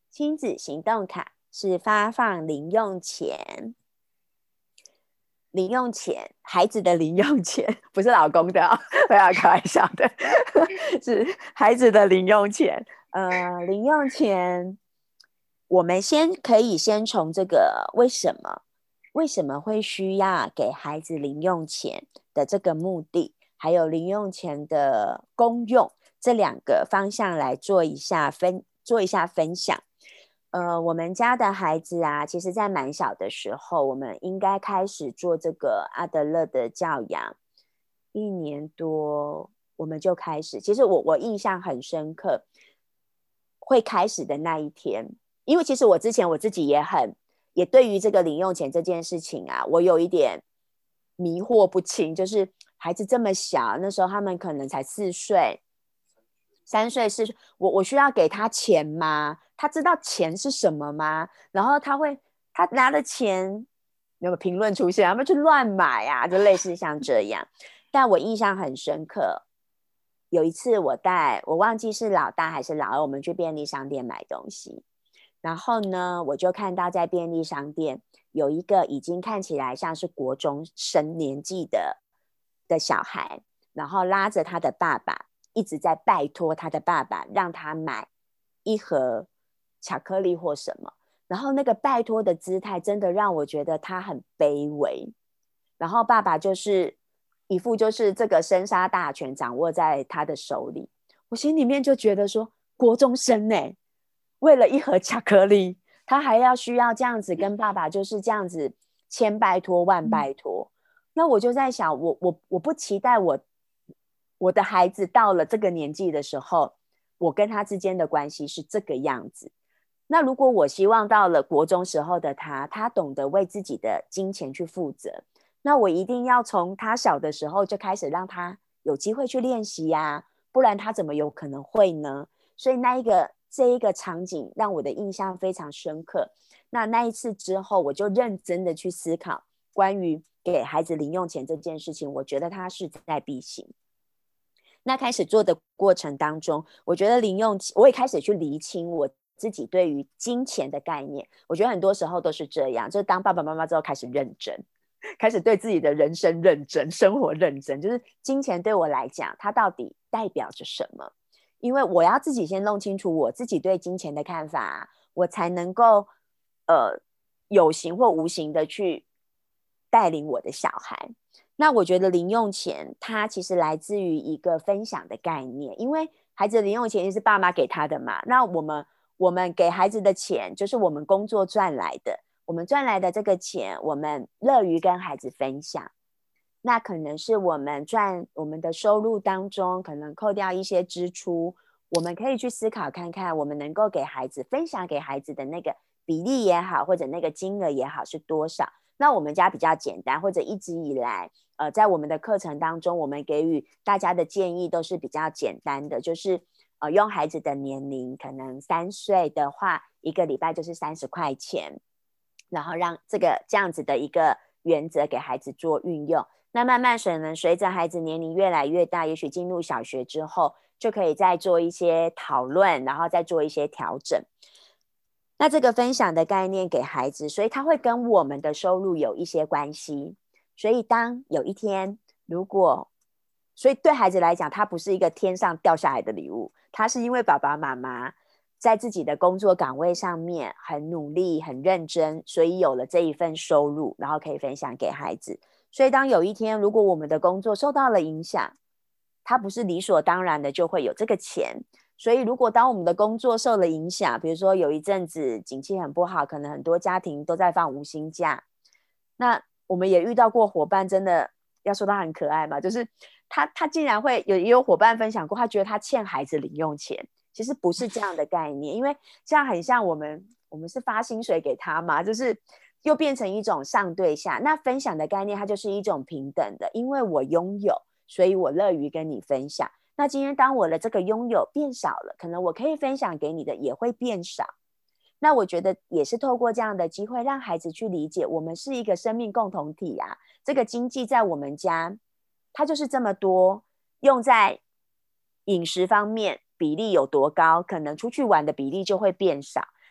亲子行动卡是发放零用钱，零用钱，孩子的零用钱，不是老公的哦，不要开玩笑的，是孩子的零用钱。零用钱，我们可以先从这个为什么会需要给孩子零用钱的这个目的，还有零用钱的功用这两个方向来做一下分享。我们家的孩子啊，其实在蛮小的时候，我们应该开始做这个阿德勒的教养，1年多我们就开始。其实我印象很深刻，会开始的那一天，因为其实我之前我自己也对于这个零用钱这件事情啊，我有一点迷惑不清，就是孩子这么小，那时候他们可能才4岁。3岁4岁，我需要给他钱吗？他知道钱是什么吗？然后他拿了钱，有没有评论出现？他们去乱买啊，就类似像这样。但我印象很深刻，有一次我忘记是老大还是老二，我们去便利商店买东西，然后呢，我就看到在便利商店有一个已经看起来像是国中生年纪的小孩，然后拉着他的爸爸，一直在拜托他的爸爸让他买一盒巧克力或什么，然后那个拜托的姿态真的让我觉得他很卑微，然后爸爸就是一副就是这个生杀大权掌握在他的手里，我心里面就觉得说，国中生呢，为了一盒巧克力，他还需要这样子跟爸爸就是这样子千拜托万拜托。那我就在想，我不期待我的孩子到了这个年纪的时候，我跟他之间的关系是这个样子。那如果我希望到了国中时候的他懂得为自己的金钱去负责，那我一定要从他小的时候就开始让他有机会去练习呀，不然他怎么有可能会呢？所以这一个场景让我的印象非常深刻。那一次之后，我就认真的去思考关于给孩子零用钱这件事情，我觉得它势在必行。那开始做的过程当中，我觉得零用钱，我也开始去厘清我自己对于金钱的概念。我觉得很多时候都是这样，就当爸爸妈妈之后开始认真，开始对自己的人生认真，生活认真，就是金钱对我来讲，它到底代表着什么？因为我要自己先弄清楚我自己对金钱的看法，我才能够有形或无形的去带领我的小孩。那我觉得零用钱它其实来自于一个分享的概念，因为孩子的零用钱是爸妈给他的嘛，那我们给孩子的钱就是我们工作赚来的，我们赚来的这个钱，我们乐于跟孩子分享。那可能是我们的收入当中，可能扣掉一些支出，我们可以去思考看看，我们能够给孩子分享给孩子的那个比例也好，或者那个金额也好是多少。那我们家比较简单，或者一直以来，在我们的课程当中，我们给予大家的建议都是比较简单的，就是用孩子的年龄，可能3岁的话，一个礼拜就是30块钱，然后让这样子的一个原则给孩子做运用。那慢慢随着孩子年龄越来越大，也许进入小学之后，就可以再做一些讨论，然后再做一些调整。那这个分享的概念给孩子，所以他会跟我们的收入有一些关系。所以当有一天，所以对孩子来讲，它不是一个天上掉下来的礼物，它是因为爸爸妈妈在自己的工作岗位上面很努力、很认真，所以有了这一份收入，然后可以分享给孩子。所以当有一天，如果我们的工作受到了影响，它不是理所当然的就会有这个钱。所以如果当我们的工作受了影响，比如说有一阵子景气很不好，可能很多家庭都在放无薪假，那我们也遇到过伙伴，真的要说他很可爱嘛，就是他竟然也有伙伴分享过，他觉得他欠孩子零用钱，其实不是这样的概念，因为这样很像我们是发薪水给他嘛，就是又变成一种上对下。那分享的概念它就是一种平等的，因为我拥有，所以我乐于跟你分享。那今天当我的这个拥有变少了，可能我可以分享给你的也会变少。那我觉得也是透过这样的机会，让孩子去理解，我们是一个生命共同体啊。这个经济在我们家，它就是这么多，用在饮食方面比例有多高，可能出去玩的比例就会变少。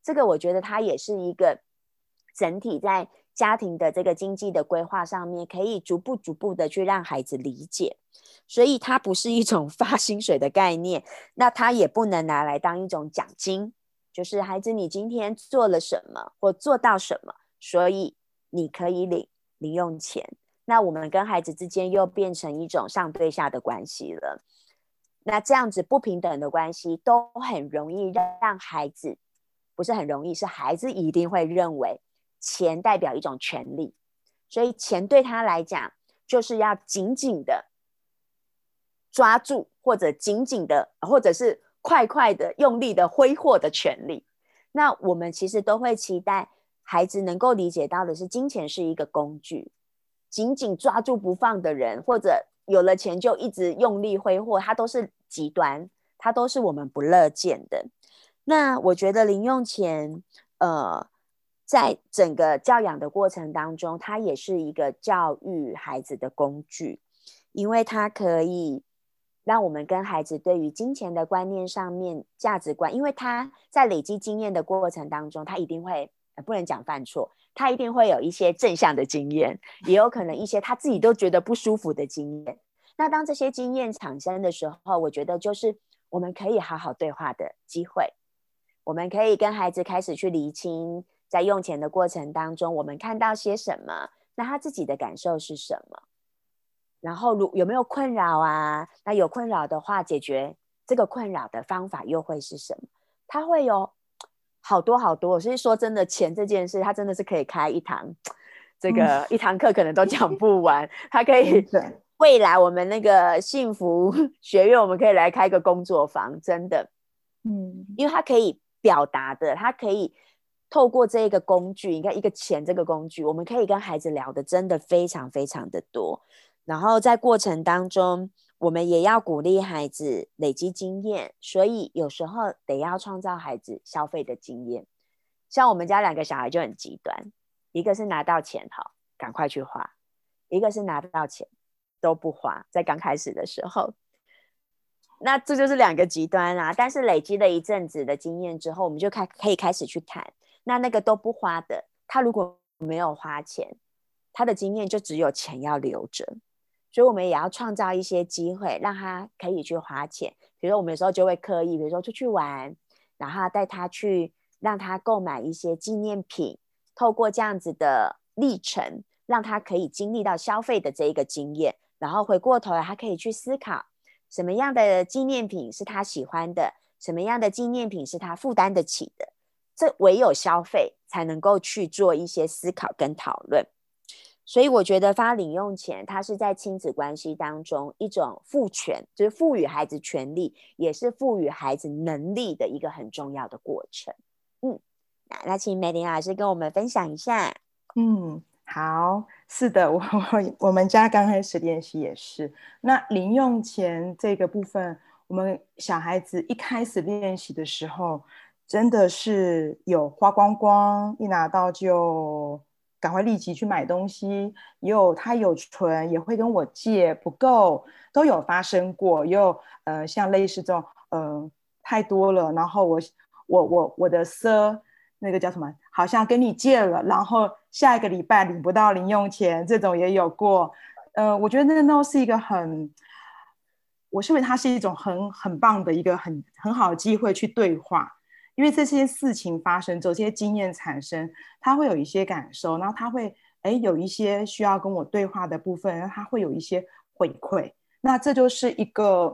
这个我觉得它也是一个整体在家庭的这个经济的规划上面，可以逐步的去让孩子理解。所以它不是一种发薪水的概念，那它也不能拿来当一种奖金，就是孩子你今天做了什么或做到什么，所以你可以领零用钱。那我们跟孩子之间又变成一种上对下的关系了。那这样子不平等的关系都很容易让孩子，不是很容易，是孩子一定会认为钱代表一种权利，所以钱对他来讲就是要紧紧的抓住，或者紧紧的，或者是快快的用力的挥霍的权利。那我们其实都会期待孩子能够理解到的是，金钱是一个工具，紧紧抓住不放的人，或者有了钱就一直用力挥霍，它都是极端，它都是我们不乐见的。那我觉得零用钱在整个教养的过程当中，它也是一个教育孩子的工具，因为它可以让我们跟孩子对于金钱的观念上面价值观，因为他在累积经验的过程当中，他一定会不能讲犯错，他一定会有一些正向的经验，也有可能一些他自己都觉得不舒服的经验。那当这些经验产生的时候，我觉得就是我们可以好好对话的机会，我们可以跟孩子开始去厘清，在用钱的过程当中我们看到些什么，那他自己的感受是什么，然后有没有困扰啊，那有困扰的话，解决这个困扰的方法又会是什么。他会有好多好多，所以说真的钱这件事，他真的是可以开一堂一堂课可能都讲不完。他可以未来我们那个幸福学院，我们可以来开个工作坊，真的因为他可以表达的，他可以透过这个工具，你看一个钱这个工具，我们可以跟孩子聊的真的非常非常的多。然后在过程当中，我们也要鼓励孩子累积经验，所以有时候得要创造孩子消费的经验。像我们家2个小孩就很极端，一个是拿到钱好赶快去花，一个是拿到钱都不花，在刚开始的时候。那这就是2个极端啊，但是累积了一阵子的经验之后，我们就可以开始去谈。那个都不花的，他如果没有花钱，他的经验就只有钱要留着。所以我们也要创造一些机会，让他可以去花钱。比如说我们有时候就会刻意，比如说出去玩，然后带他去，让他购买一些纪念品，透过这样子的历程，让他可以经历到消费的这一个经验，然后回过头来他可以去思考什么样的纪念品是他喜欢的，什么样的纪念品是他负担得起的。这唯有消费才能够去做一些思考跟讨论。所以我觉得发零用钱，它是在亲子关系当中一种赋权，就是赋予孩子权利，也是赋予孩子能力的一个很重要的过程。那请美玲老师跟我们分享一下。 好，是的，我们家刚开始练习也是。那零用钱这个部分，我们小孩子一开始练习的时候，真的是有花光光，一拿到就赶快立即去买东西，他有存，也会跟我借，不够都有发生过。像类似这种太多了，然后我的那个叫什么，好像跟你借了，然后下一个礼拜领不到零用钱，这种也有过。我觉得那都是一个我认为它是一种很棒的一个很好的机会去对话。因为这些事情发生之后，这些经验产生，他会有一些感受，然后他会有一些需要跟我对话的部分，他会有一些回馈。那这就是一个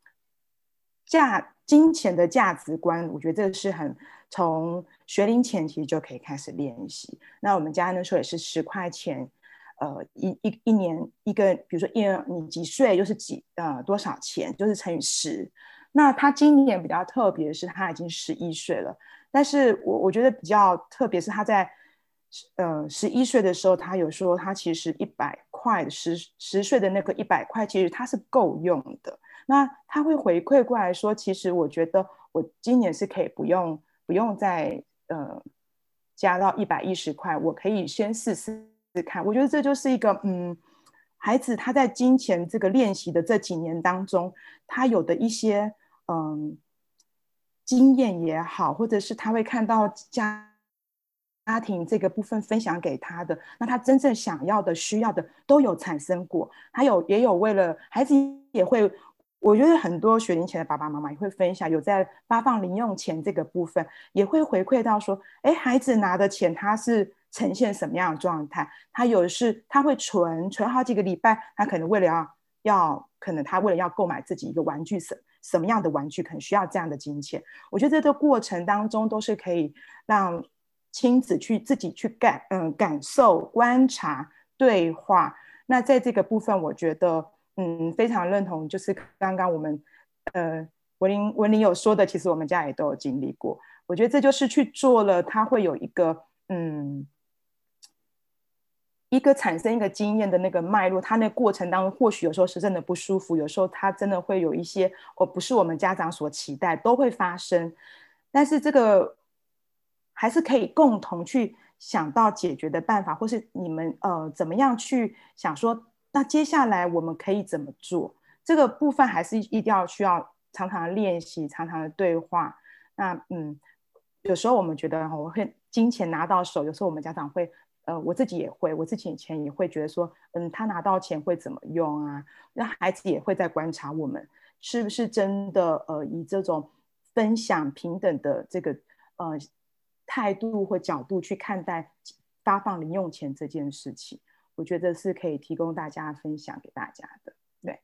金钱的价值观，我觉得这是从学龄前其实就可以开始练习。那我们家那时候也是10块钱，一年一个，比如说你几岁就是多少钱，就是乘以10。那他今年比较特别的是，他已经11岁了。但是我觉得比较特别是他在11岁的时候，他有说他其实100块10岁的那个100块，其实他是够用的。那他会回馈过来说，其实我觉得我今年是可以不用再加到110块，我可以先试试看。我觉得这就是一个孩子他在金钱这个练习的这几年当中，他有的一些经验也好，或者是他会看到家庭这个部分分享给他的，那他真正想要的、需要的都有产生过。也有为了孩子也会，我觉得很多学龄前的爸爸妈妈也会分享，有在发放零用钱这个部分，也会回馈到说，哎，孩子拿的钱他是呈现什么样的状态？他有的是他会存好几个礼拜，他可能为了可能他为了要购买自己一个玩具，什么样的玩具可能需要这样的金钱。我觉得这个过程当中都是可以让亲子自己去感受、观察、对话。那在这个部分，我觉得非常认同，就是刚刚我们文林有说的，其实我们家也都有经历过。我觉得这就是去做了，它会有一个产生一个经验的那个脉络，它那个过程当中，或许有时候是真的不舒服，有时候它真的会有一些不是我们家长所期待，都会发生。但是这个还是可以共同去想到解决的办法，或是你们怎么样去想说，那接下来我们可以怎么做？这个部分还是一定需要常常的练习，常常的对话。那有时候我们觉得我会金钱拿到手，有时候我们家长会我自己也会，我自己以前也会觉得说，他拿到钱会怎么用啊？那孩子也会在观察我们是不是真的以这种分享平等的这个态度或角度去看待发放零用钱这件事情，我觉得是可以提供大家分享给大家的。对，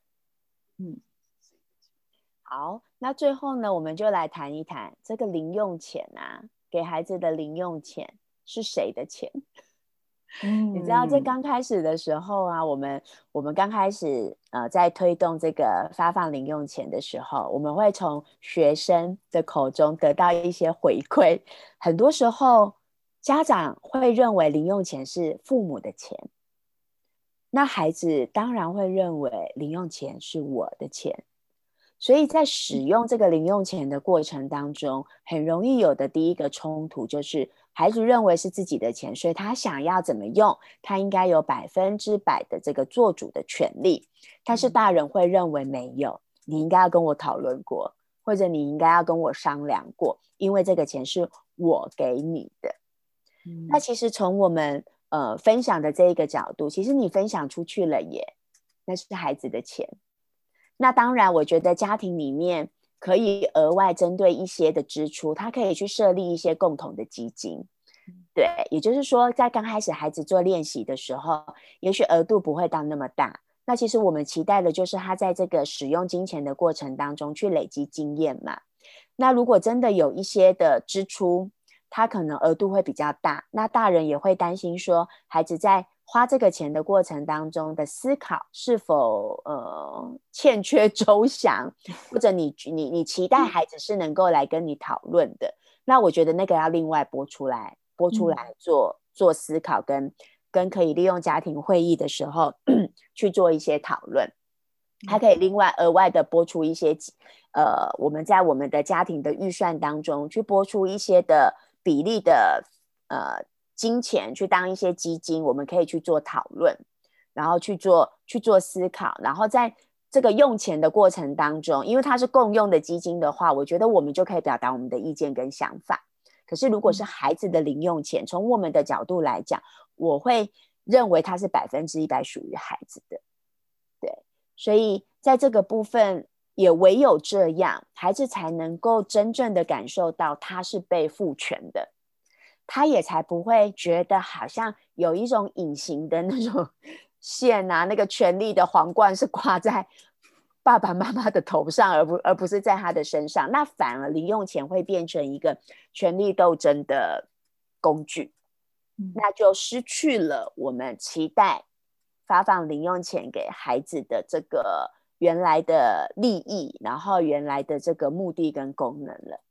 好，那最后呢，我们就来谈一谈这个零用钱啊，给孩子的零用钱是谁的钱？你知道，在刚开始的时候啊，我们刚开始在推动这个发放零用钱的时候，我们会从学生的口中得到一些回馈。很多时候，家长会认为零用钱是父母的钱，那孩子当然会认为零用钱是我的钱。所以在使用这个零用钱的过程当中，很容易有的第一个冲突就是孩子认为是自己的钱，所以他想要怎么用，他应该有100%的这个做主的权利。但是大人会认为没有，你应该要跟我讨论过，或者你应该要跟我商量过，因为这个钱是我给你的。那其实从我们分享的这一个角度，其实你分享出去了耶，那是孩子的钱。那当然我觉得家庭里面可以额外针对一些的支出，他可以去设立一些共同的基金。对，也就是说在刚开始孩子做练习的时候，也许额度不会到那么大，那其实我们期待的就是他在这个使用金钱的过程当中去累积经验嘛。那如果真的有一些的支出，他可能额度会比较大，那大人也会担心说孩子在花这个钱的过程当中的思考是否欠缺周详，或者你期待孩子是能够来跟你讨论的，那我觉得那个要另外拨出来做思考，跟可以利用家庭会议的时候去做一些讨论。还可以另外额外的拨出一些我们在我们的家庭的预算当中去拨出一些的比例的金钱去当一些基金，我们可以去做讨论，然后去做思考，然后在这个用钱的过程当中，因为它是共用的基金的话，我觉得我们就可以表达我们的意见跟想法。可是如果是孩子的零用钱，从我们的角度来讲，我会认为它是100%属于孩子的。对，所以在这个部分也唯有这样，孩子才能够真正的感受到他是被赋权的，他也才不会觉得好像有一种隐形的那种线啊，那个权力的皇冠是挂在爸爸妈妈的头上，而不是在他的身上。那反而零用钱会变成一个权力斗争的工具，那就失去了我们期待发放零用钱给孩子的这个原来的利益，然后原来的这个目的跟功能了。